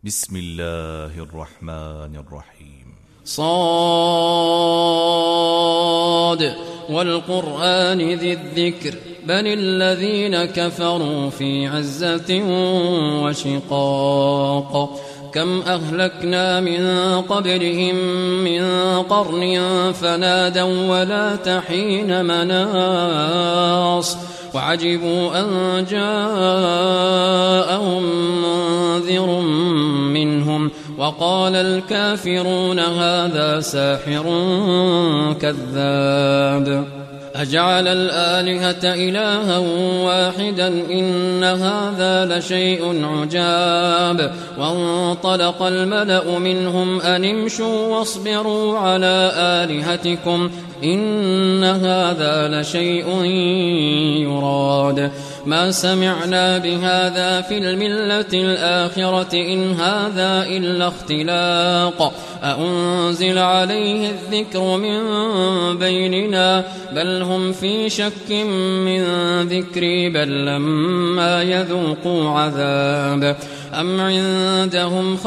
بسم الله الرحمن الرحيم صاد والقرآن ذي الذكر بل الذين كفروا في عزة وشقاق كم أهلكنا من قبلهم من قرن فنادوا ولا حين مناص وعجبوا أن جاءهم منذر منهم وقال الكافرون هذا ساحر كذاب أجعل الآلهة إلها واحدا إن هذا لشيء عجاب وانطلق الملأ منهم أن امشوا واصبروا على آلهتكم إن هذا لشيء يراد ما سمعنا بهذا في الملة الآخرة إن هذا إلا اختلاق أأنزل عليه الذكر من بيننا بل هم في شك من ذكري بل لما يذوقوا عذاب أم عندهم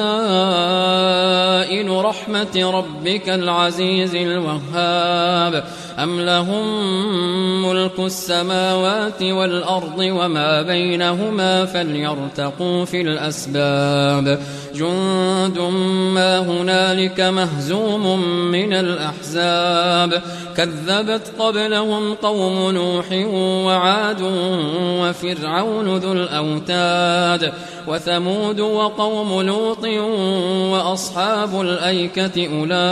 خزائن رحمة ربك العزيز الوهاب أم لهم ملك السماوات والأرض وما بينهما فليرتقوا في الأسباب جند ما هنالك مهزوم من الأحزاب كذبت قبلهم قوم نوح وعاد وفرعون ذو الأوتاد وثمود وقوم لوط وأصحاب الأيكة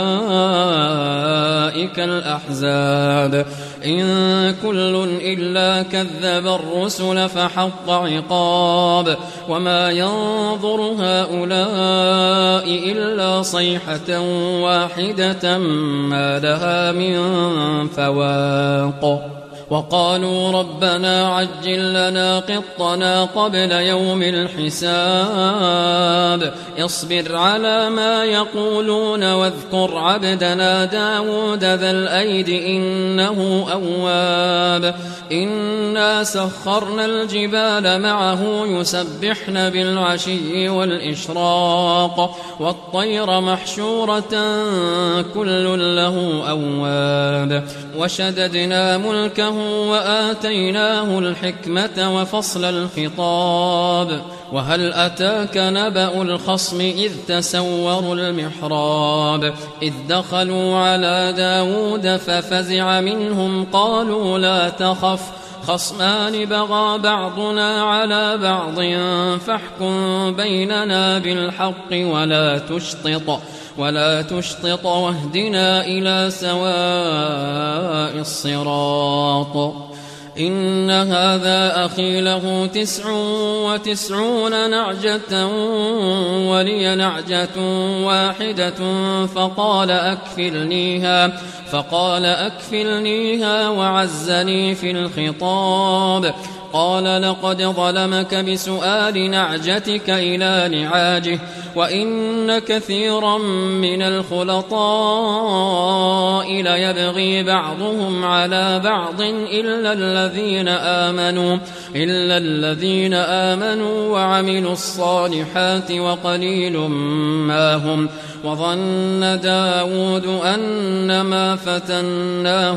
أولئك الأحزاب إن كل إلا كذب الرسل فحق عقاب وما ينظر هؤلاء إلا صيحة واحدة ما لها من فواق وقالوا ربنا عجل لنا قطنا قبل يوم الحساب اصبر على ما يقولون واذكر عبدنا داود ذا الأيد إنه أواب إنا سخرنا الجبال معه يسبحن بالعشي والإشراق والطير محشورة كل له أواب وشددنا ملكه وآتيناه الحكمة وفصل الخطاب وهل أتاك نبأ الخصم إذ تسوروا المحراب إذ دخلوا على داود ففزع منهم قالوا لا تخف خصمان بغى بعضنا على بعض فاحكم بيننا بالحق ولا تشطط واهدنا إلى سواء الصراط إن هذا أخي له 99 نعجة ولي نعجة واحدة فقال أكفلنيها وعزني في الخطاب قال لقد ظلمك بسؤال نعجتك إلى نعاجه وإن كثيرا من الخلطاء ليبغي بعضهم على بعض إلا الذين آمنوا وعملوا الصالحات وقليل ما هم وظن داود أنما فتناه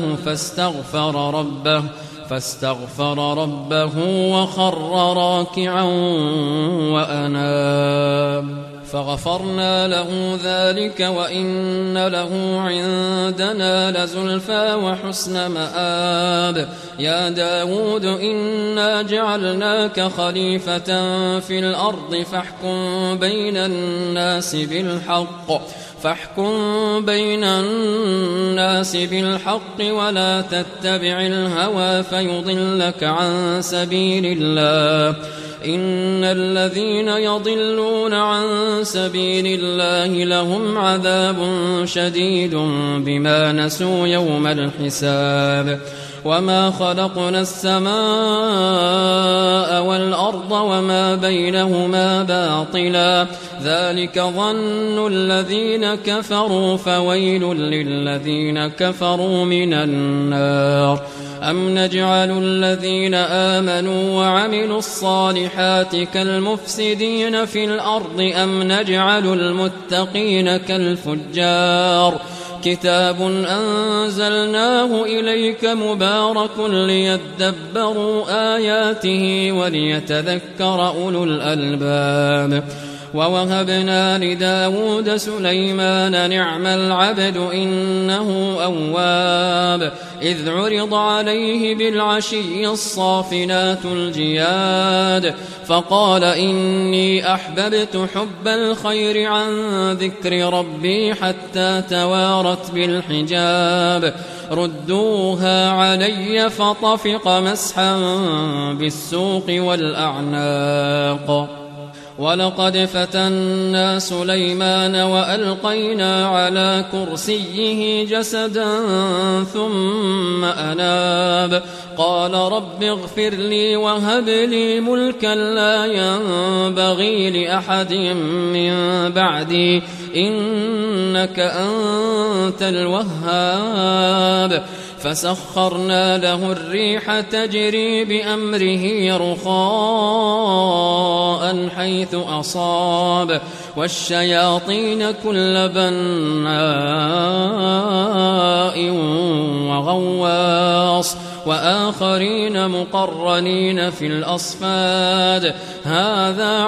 فاستغفر ربه وخر راكعا وأناب فغفرنا له ذلك وإن له عندنا لزلفى وحسن مآب يا داود إنا جعلناك خليفة في الأرض فاحكم بين الناس بالحق ولا تتبع الهوى فيضلك عن سبيل الله إن الذين يضلون عن سبيل الله لهم عذاب شديد بما نسوا يوم الحساب وما خلقنا السماء والأرض وما بينهما باطلا ذلك ظن الذين كفروا فويل للذين كفروا من النار أم نجعل الذين آمنوا وعملوا الصالحات كالمفسدين في الأرض أم نجعل المتقين كالفجار كتاب أنزلناه إليك مبارك ليدبروا آياته وليتذكر أولو الألباب ووهبنا لداود سليمان نعم العبد إنه أواب إذ عرض عليه بالعشي الصافنات الجياد فقال إني أحببت حب الخير عن ذكر ربي حتى توارت بالحجاب ردوها علي فطفق مسحا بالسوق والأعناق ولقد فتنا سليمان وألقينا على كرسيه جسدا ثم أناب قال رب اغفر لي وهب لي ملكا لا ينبغي لأحد من بعدي إنك أنت الوهاب فسخرنا له الريح تجري بأمره رخاء حيث أصاب والشياطين كل بناء وغواص وآخرين مقرنين في الأصفاد هذا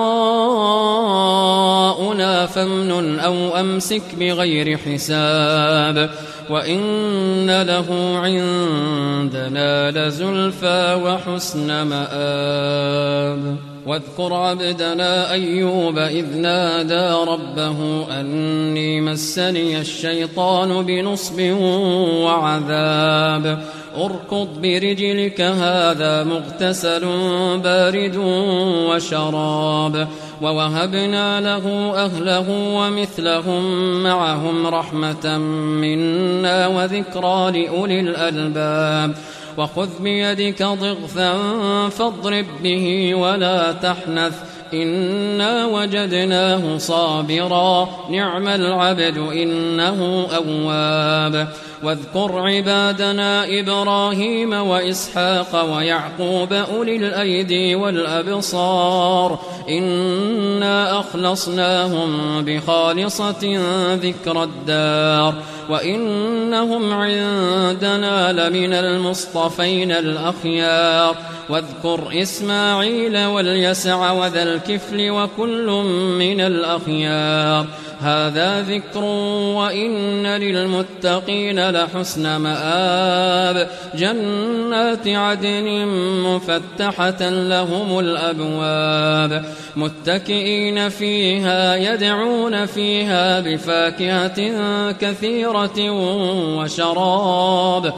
عطاؤنا فامنن أو أمسك بغير حساب وإن له عندنا لزلفى وحسن مآب واذكر عبدنا أيوب إذ نادى ربه أني مسني الشيطان بنصب وعذاب اركض برجلك هذا مغتسل بارد وشراب ووهبنا له أهله ومثلهم معهم رحمة منا وذكرى لأولي الألباب وخذ بيدك ضغثا فاضرب به ولا تحنث إنا وجدناه صابرا نعم العبد إنه أواب واذكر عبادنا إبراهيم وإسحاق ويعقوب أولي الأيدي والأبصار إنا أخلصناهم بخالصة ذكر الدار وإنهم عندنا لمن المصطفين الأخيار واذكر إسماعيل واليسع وذا الكفل وكل من الأخيار هذا ذكر وإن للمتقين لحسن مآب جنات عدن مفتحة لهم الأبواب متكئين فيها يدعون فيها بفاكهة كثيرة وشراب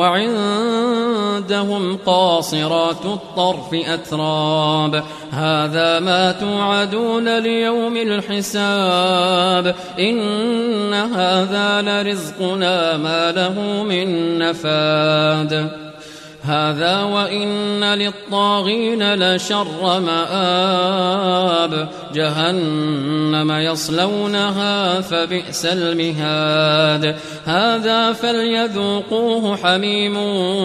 وعندهم قاصرات الطرف أتراب هذا ما توعدون ليوم الحساب إن هذا لرزقنا ما له من نفاد هذا وإن للطاغين لشر مآب جهنم يصلونها فبئس المهاد هذا فليذوقوه حميم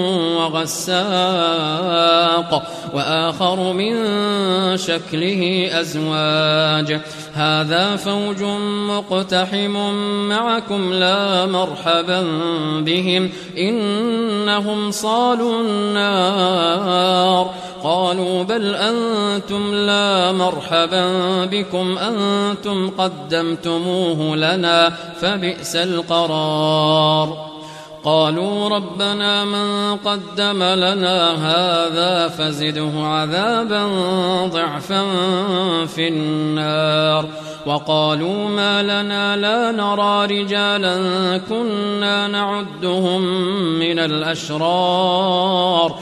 وغساق وآخر من شكله أزواج هذا فوج مقتحم معكم لا مرحبا بهم إنهم صالوا النار قالوا بل أنتم لا مرحبا بكم أنتم قدمتموه لنا فبئس القرار قالوا ربنا من قدم لنا هذا فزده عذابا ضعفا في النار وقالوا ما لنا لا نرى رجالا كنا نعدهم من الأشرار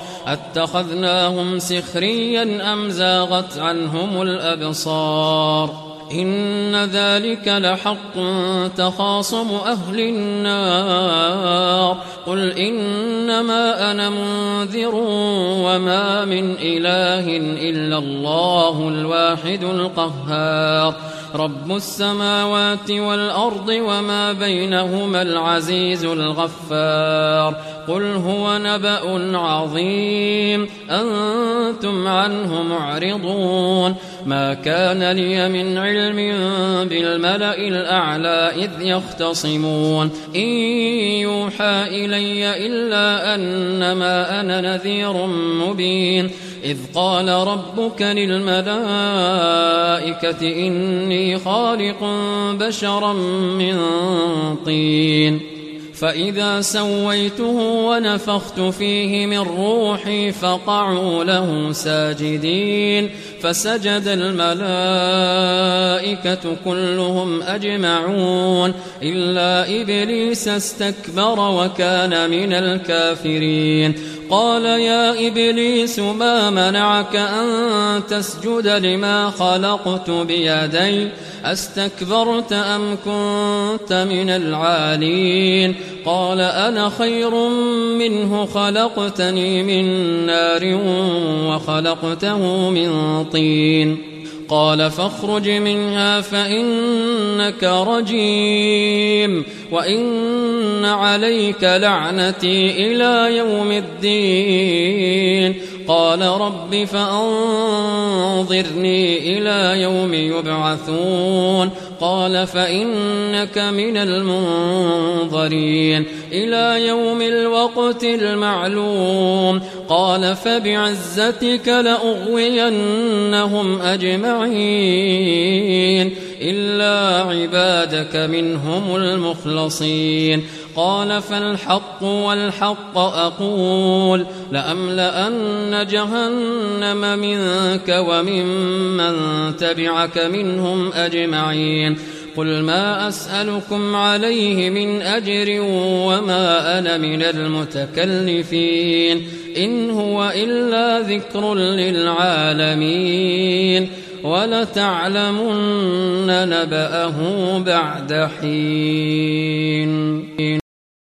أتخذناهم سخريا أم زاغت عنهم الأبصار إن ذلك لحق تخاصم أهل النار قل إنما أنا منذر وما من إله إلا الله الواحد القهار رب السماوات والأرض وما بينهما العزيز الغفار قل هو نبأ عظيم أنتم عنه معرضون ما كان لي من علم بالملأ الأعلى إذ يختصمون إن يوحى إلي إلا أنما أنا نذير مبين إذ قال ربك للملائكة إني خالق بشرا من طين فإذا سويته ونفخت فيه من روحي فقعوا له ساجدين فسجد الملائكة كلهم أجمعون إلا إبليس استكبر وكان من الكافرين قال يا إبليس ما منعك أن تسجد لما خلقت بيدي أستكبرت أم كنت من العالين قال أنا خير منه خلقتني من نار وخلقته من طين قال فاخرج منها فإنك رجيم وإن عليك لعنتي إلى يوم الدين قال رب فأنظرني إلى يوم يبعثون قال فإنك من المنظرين إلى يوم الوقت المعلوم قال فبعزتك لأغوينهم أجمعين إلا عبادك منهم المخلصين قال فالحق والحق أقول لأملأن جهنم منك وممن تبعك منهم أجمعين قل ما أسألكم عليه من أجر وما أنا من المتكلفين إن هو إلا ذكر للعالمين ولتعلمن نبأه بعد حين